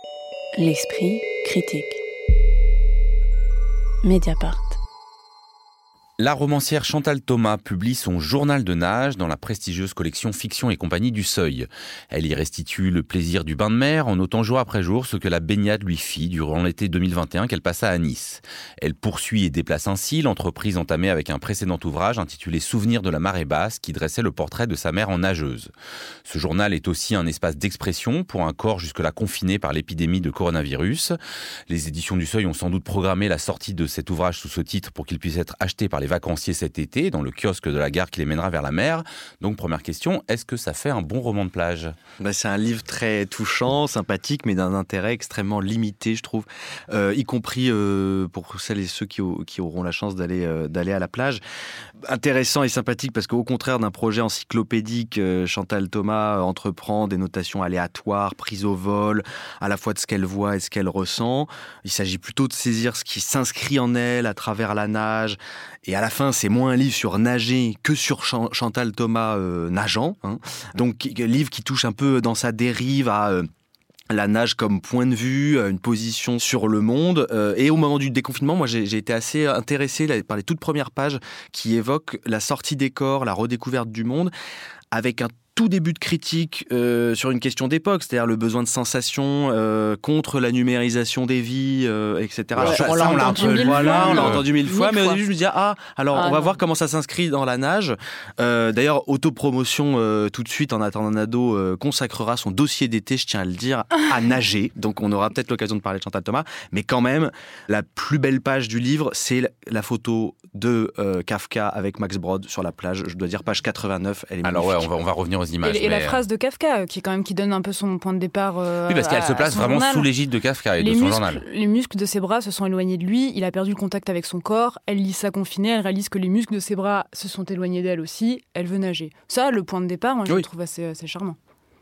L'esprit critique. Mediapart. La romancière Chantal Thomas publie son journal de nage dans la prestigieuse collection Fiction et compagnie du Seuil. Elle y restitue le plaisir du bain de mer en notant jour après jour ce que la baignade lui fit durant l'été 2021 qu'elle passa à Nice. Elle poursuit et déplace ainsi l'entreprise entamée avec un précédent ouvrage intitulé Souvenirs de la marée basse qui dressait le portrait de sa mère en nageuse. Ce journal est aussi un espace d'expression pour un corps jusque-là confiné par l'épidémie de coronavirus. Les éditions du Seuil ont sans doute programmé la sortie de cet ouvrage sous ce titre pour qu'il puisse être acheté par les vacanciers cet été dans le kiosque de la gare qui les mènera vers la mer. Donc première question, est-ce que ça fait un bon roman de plage ? C'est un livre très touchant, sympathique, mais d'un intérêt extrêmement limité, je trouve, y compris pour celles et ceux qui auront la chance d'aller à la plage. Intéressant et sympathique parce qu'au contraire d'un projet encyclopédique, Chantal Thomas entreprend des notations aléatoires, prises au vol, à la fois de ce qu'elle voit et ce qu'elle ressent. Il s'agit plutôt de saisir ce qui s'inscrit en elle à travers la nage. Et à la fin, c'est moins un livre sur nager que sur Chantal Thomas nageant. Donc, livre qui touche un peu dans sa dérive à la nage comme point de vue, une position sur le monde. Et au moment du déconfinement, moi, j'ai été assez intéressé par les toutes premières pages qui évoquent la sortie des corps, la redécouverte du monde, avec un tout début de critique sur une question d'époque, c'est-à-dire le besoin de sensation contre la numérisation des vies, etc. On l'a entendu mille fois, mais au début je me disais on va voir comment ça s'inscrit dans la nage. D'ailleurs, autopromotion tout de suite en attendant Nado consacrera son dossier d'été, je tiens à le dire, à nager. Donc on aura peut-être l'occasion de parler de Chantal Thomas, mais quand même, la plus belle page du livre, c'est la photo de Kafka avec Max Brod sur la plage. Je dois dire page 89. Elle est magnifique. Alors on va revenir aux images. Et la phrase de Kafka, qui donne un peu son point de départ. Oui, parce qu'elle se place vraiment journal. Sous l'égide de Kafka et de son journal. Les muscles de ses bras se sont éloignés de lui, il a perdu le contact avec son corps, elle lit ça confinée, elle réalise que les muscles de ses bras se sont éloignés d'elle aussi, elle veut nager. Ça, le point de départ, moi, je le trouve assez charmant.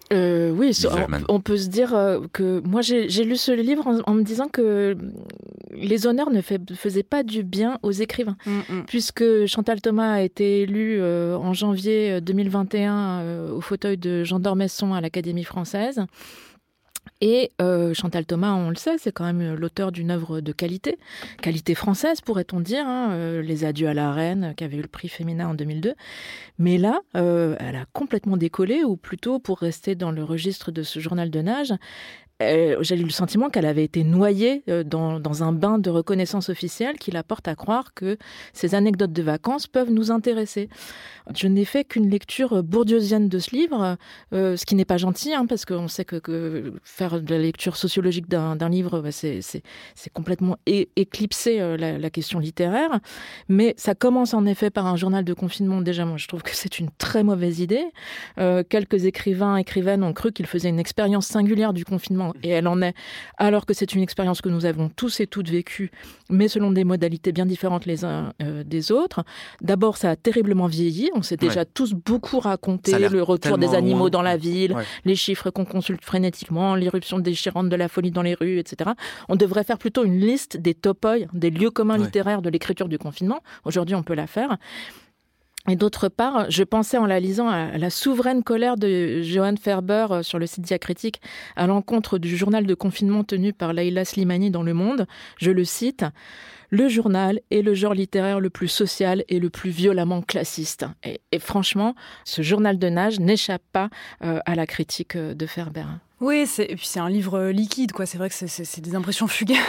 On peut se dire que moi j'ai lu ce livre en me disant que les honneurs ne faisaient pas du bien aux écrivains, puisque Chantal Thomas a été élue en janvier 2021 au fauteuil de Jean d'Ormesson à l'Académie française. Et Chantal Thomas, on le sait, c'est quand même l'auteur d'une œuvre de qualité française, pourrait-on dire, Les Adieux à la Reine, qui avait eu le prix féminin en 2002. Mais là, elle a complètement décollé, ou plutôt, pour rester dans le registre de ce journal de nage, j'ai eu le sentiment qu'elle avait été noyée dans un bain de reconnaissance officielle qui la porte à croire que ces anecdotes de vacances peuvent nous intéresser. Je n'ai fait qu'une lecture bourdieusienne de ce livre, ce qui n'est pas gentil, parce qu'on sait que faire de la lecture sociologique d'un livre, c'est complètement éclipser la question littéraire. Mais ça commence en effet par un journal de confinement. Déjà, moi, je trouve que c'est une très mauvaise idée. Quelques écrivaines ont cru qu'ils faisaient une expérience singulière du confinement, et elle en est, alors que c'est une expérience que nous avons tous et toutes vécue, mais selon des modalités bien différentes les uns des autres. D'abord, ça a terriblement vieilli. On s'est déjà tous beaucoup raconté le retour des animaux dans la ville, les chiffres qu'on consulte frénétiquement, l'irruption déchirante de la folie dans les rues, etc. On devrait faire plutôt une liste des topoïs, des lieux communs littéraires de l'écriture du confinement. Aujourd'hui, on peut la faire. Et d'autre part, je pensais en la lisant à la souveraine colère de Johan Ferber sur le site Diacritique à l'encontre du journal de confinement tenu par Leïla Slimani dans Le Monde. Je le cite: « Le journal est le genre littéraire le plus social et le plus violemment classiste. » Et franchement, ce journal de nage n'échappe pas à la critique de Ferber. Oui, et puis c'est un livre liquide, quoi. C'est vrai que c'est des impressions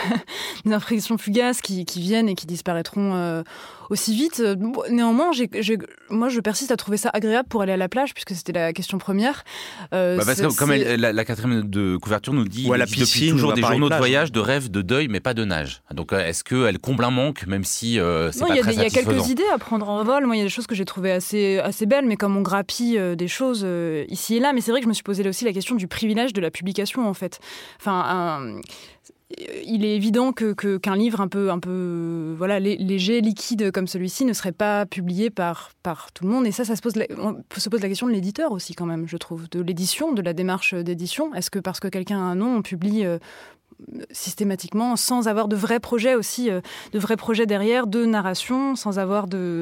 fugaces, qui viennent et qui disparaîtront aussi vite. Néanmoins, moi, je persiste à trouver ça agréable pour aller à la plage, puisque c'était la question première. Parce que comme la quatrième de couverture nous dit, il existe depuis toujours des journaux de voyage, de rêve, de deuil, mais pas de nage. Donc est-ce qu'elle comble un manque, même si c'est pas très satisfaisant ? Il y a quelques idées à prendre en vol. Moi, il y a des choses que j'ai trouvées assez belles, mais comme on grappille des choses ici et là. Mais c'est vrai que je me suis posé aussi la question du privilège de la publication, en fait. Il est évident qu'un livre un peu léger, liquide comme celui-ci ne serait pas publié par tout le monde. Et on se pose la question de l'éditeur aussi, quand même, je trouve, de l'édition, de la démarche d'édition. Est-ce que parce que quelqu'un a un nom, on publie systématiquement, sans avoir de vrais projets aussi, de vrais projets derrière, de narration, sans avoir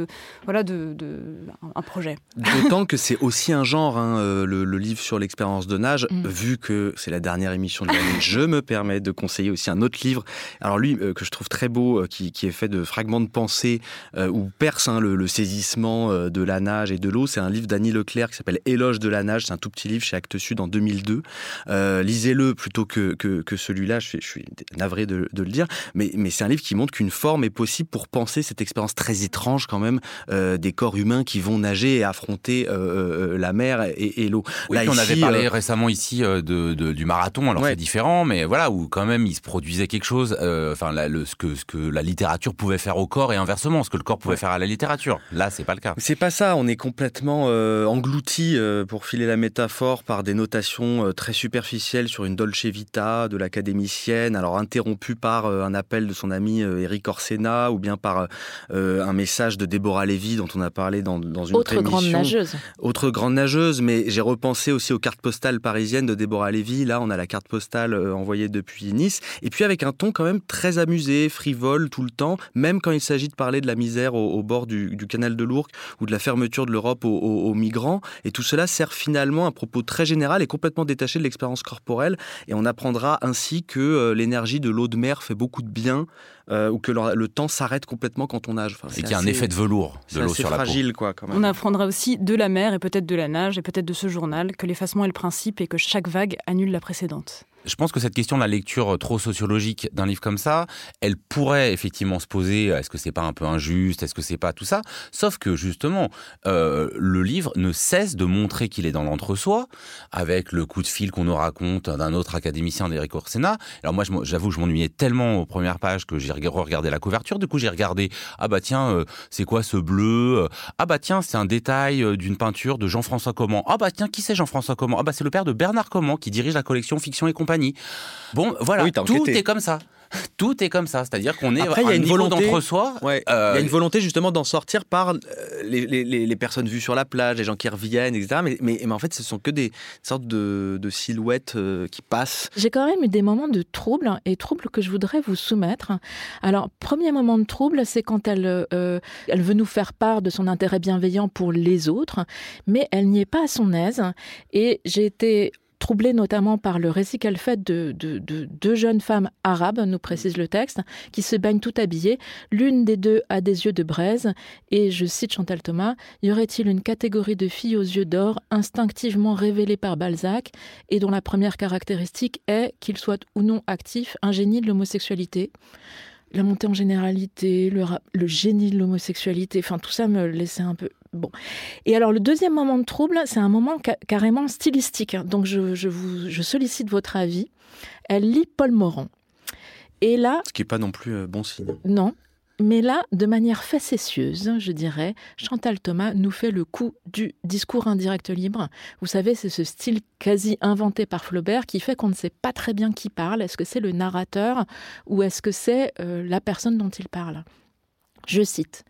un projet. D'autant que c'est aussi un genre, le livre sur l'expérience de nage, vu que c'est la dernière émission de l'année, je me permets de conseiller aussi un autre livre. Alors lui, que je trouve très beau, qui est fait de fragments de pensée, où perce le saisissement de la nage et de l'eau. C'est un livre d'Annie Leclerc qui s'appelle Éloge de la nage. C'est un tout petit livre chez Actes Sud en 2002. Lisez-le plutôt que celui-là, je suis navré de le dire, mais c'est un livre qui montre qu'une forme est possible pour penser cette expérience très étrange quand même des corps humains qui vont nager et affronter la mer et l'eau. Oui, là, on avait parlé récemment ici du marathon, alors c'est différent, mais voilà, où quand même il se produisait quelque chose, ce que la littérature pouvait faire au corps et inversement, ce que le corps pouvait faire à la littérature. Là, c'est pas le cas. C'est pas ça, on est complètement englouti, pour filer la métaphore, par des notations très superficielles sur une Dolce Vita de l'académicienne, alors interrompue par un appel de son ami Eric Orsena, ou bien par un message de Déborah Lévy dont on a parlé dans une autre émission. Autre grande nageuse, mais j'ai repensé aussi aux cartes postales parisiennes de Déborah Lévy. Là, on a la carte postale envoyée depuis Nice, et puis avec un ton quand même très amusé, frivole tout le temps, même quand il s'agit de parler de la misère au bord du canal de l'Ourcq ou de la fermeture de l'Europe aux migrants. Et tout cela sert finalement un propos très général et complètement détaché de l'expérience corporelle. Et on apprendra ainsi que l'énergie de l'eau de mer fait beaucoup de bien, ou que le temps s'arrête complètement quand on nage. Et qu'il y a un effet de velours de l'eau sur la peau. C'est fragile, quoi, quand même. On apprendra aussi de la mer et peut-être de la nage et peut-être de ce journal que l'effacement est le principe et que chaque vague annule la précédente. Je pense que cette question de la lecture trop sociologique d'un livre comme ça, elle pourrait effectivement se poser, est-ce que c'est pas un peu injuste, est-ce que c'est pas tout ça, sauf que justement, le livre ne cesse de montrer qu'il est dans l'entre-soi, avec le coup de fil qu'on nous raconte d'un autre académicien d'Éric Orsena. Alors moi, j'avoue, je m'ennuyais tellement aux premières pages que j'ai regardé la couverture, du coup j'ai regardé, c'est quoi ce bleu ? C'est un détail d'une peinture de Jean-François Comment. Qui c'est Jean-François Comment ? C'est le père de Bernard Comment, qui dirige la collection Fiction et Compagnie. Bon, voilà, oui, tout est comme ça. Tout est comme ça, c'est-à-dire qu'on est à un niveau d'entre-soi. Il y a une volonté justement d'en sortir par les personnes vues sur la plage, les gens qui reviennent, etc. Mais en fait, ce sont que des sortes de silhouettes qui passent. J'ai quand même eu des moments de trouble, que je voudrais vous soumettre. Alors, premier moment de trouble, c'est quand elle veut nous faire part de son intérêt bienveillant pour les autres, mais elle n'y est pas à son aise. Et j'ai été troublée notamment par le récit qu'elle fait de deux jeunes femmes arabes, nous précise le texte, qui se baignent toutes habillées. L'une des deux a des yeux de braise et, je cite Chantal Thomas, « Y aurait-il une catégorie de filles aux yeux d'or instinctivement révélée par Balzac et dont la première caractéristique est qu'ils soient ou non actifs, un génie de l'homosexualité ?» La montée en généralité, le génie de l'homosexualité, tout ça me laissait un peu... Bon. Et alors, le deuxième moment de trouble, c'est un moment carrément stylistique. Donc, je sollicite votre avis. Elle lit Paul Morand. Et là... Ce qui n'est pas non plus bon signe. Non. Mais là, de manière facétieuse, je dirais, Chantal Thomas nous fait le coup du discours indirect libre. Vous savez, c'est ce style quasi inventé par Flaubert qui fait qu'on ne sait pas très bien qui parle. Est-ce que c'est le narrateur ou est-ce que c'est la personne dont il parle ? Je cite.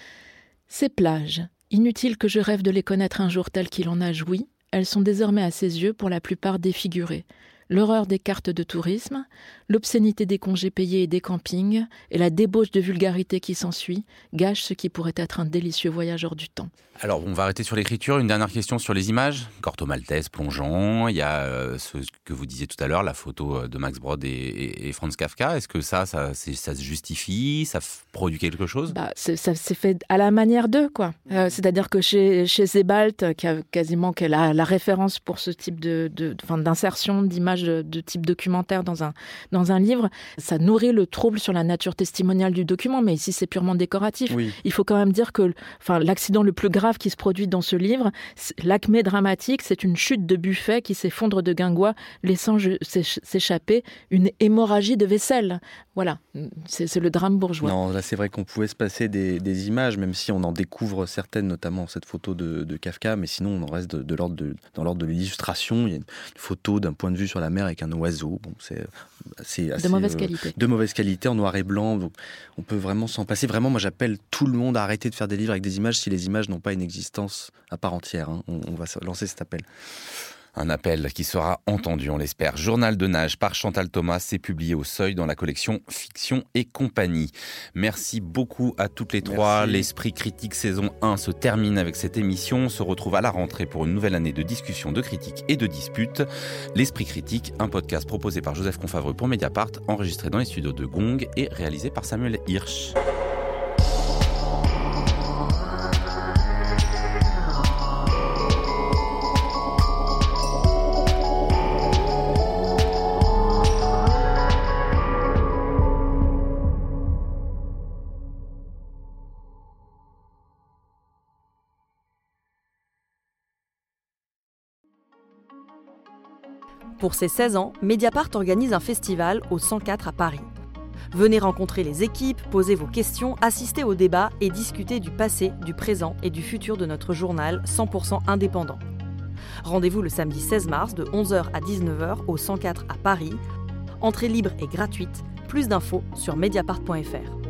« Ces plages, inutile que je rêve de les connaître un jour telles qu'il en a joui, elles sont désormais à ses yeux pour la plupart défigurées. L'horreur des cartes de tourisme, l'obscénité des congés payés et des campings, et la débauche de vulgarité qui s'ensuit, gâchent ce qui pourrait être un délicieux voyage hors du temps. » Alors, on va arrêter sur l'écriture. Une dernière question sur les images. Corto Maltese, plongeant. Il y a ce que vous disiez tout à l'heure, la photo de Max Brod et Franz Kafka. Est-ce que ça se justifie ? Ça produit quelque chose ? Ça s'est fait à la manière d'eux, quoi. C'est-à-dire que chez Sebald, qui est la référence pour ce type d'insertion d'images de type documentaire dans un livre, ça nourrit le trouble sur la nature testimoniale du document, mais ici c'est purement décoratif. Oui. Il faut quand même dire que l'accident le plus grave qui se produit dans ce livre, l'acmé dramatique, c'est une chute de buffet qui s'effondre de guingois, laissant s'échapper une hémorragie de vaisselle. Voilà, c'est le drame bourgeois. Non, là c'est vrai qu'on pouvait se passer des images, même si on en découvre certaines, notamment cette photo de Kafka, mais sinon on en reste dans l'ordre de l'illustration. Il y a une photo d'un point de vue sur la mer avec un oiseau. Bon, c'est assez de mauvaise qualité. De mauvaise qualité, en noir et blanc. Donc on peut vraiment s'en passer. Vraiment, moi j'appelle tout le monde à arrêter de faire des livres avec des images si les images n'ont pas une existence à part entière. On va lancer cet appel. Un appel qui sera entendu, on l'espère. Journal de nage par Chantal Thomas, c'est publié au Seuil dans la collection Fiction et compagnie. Merci beaucoup à toutes les trois. Merci. L'Esprit critique saison 1 se termine avec cette émission. On se retrouve à la rentrée pour une nouvelle année de discussion, de critiques et de disputes. L'Esprit critique, un podcast proposé par Joseph Confavreux pour Mediapart, enregistré dans les studios de Gong et réalisé par Samuel Hirsch. Pour ses 16 ans, Mediapart organise un festival au 104 à Paris. Venez rencontrer les équipes, poser vos questions, assister aux débats et discuter du passé, du présent et du futur de notre journal 100% indépendant. Rendez-vous le samedi 16 mars de 11h à 19h au 104 à Paris. Entrée libre et gratuite. Plus d'infos sur mediapart.fr.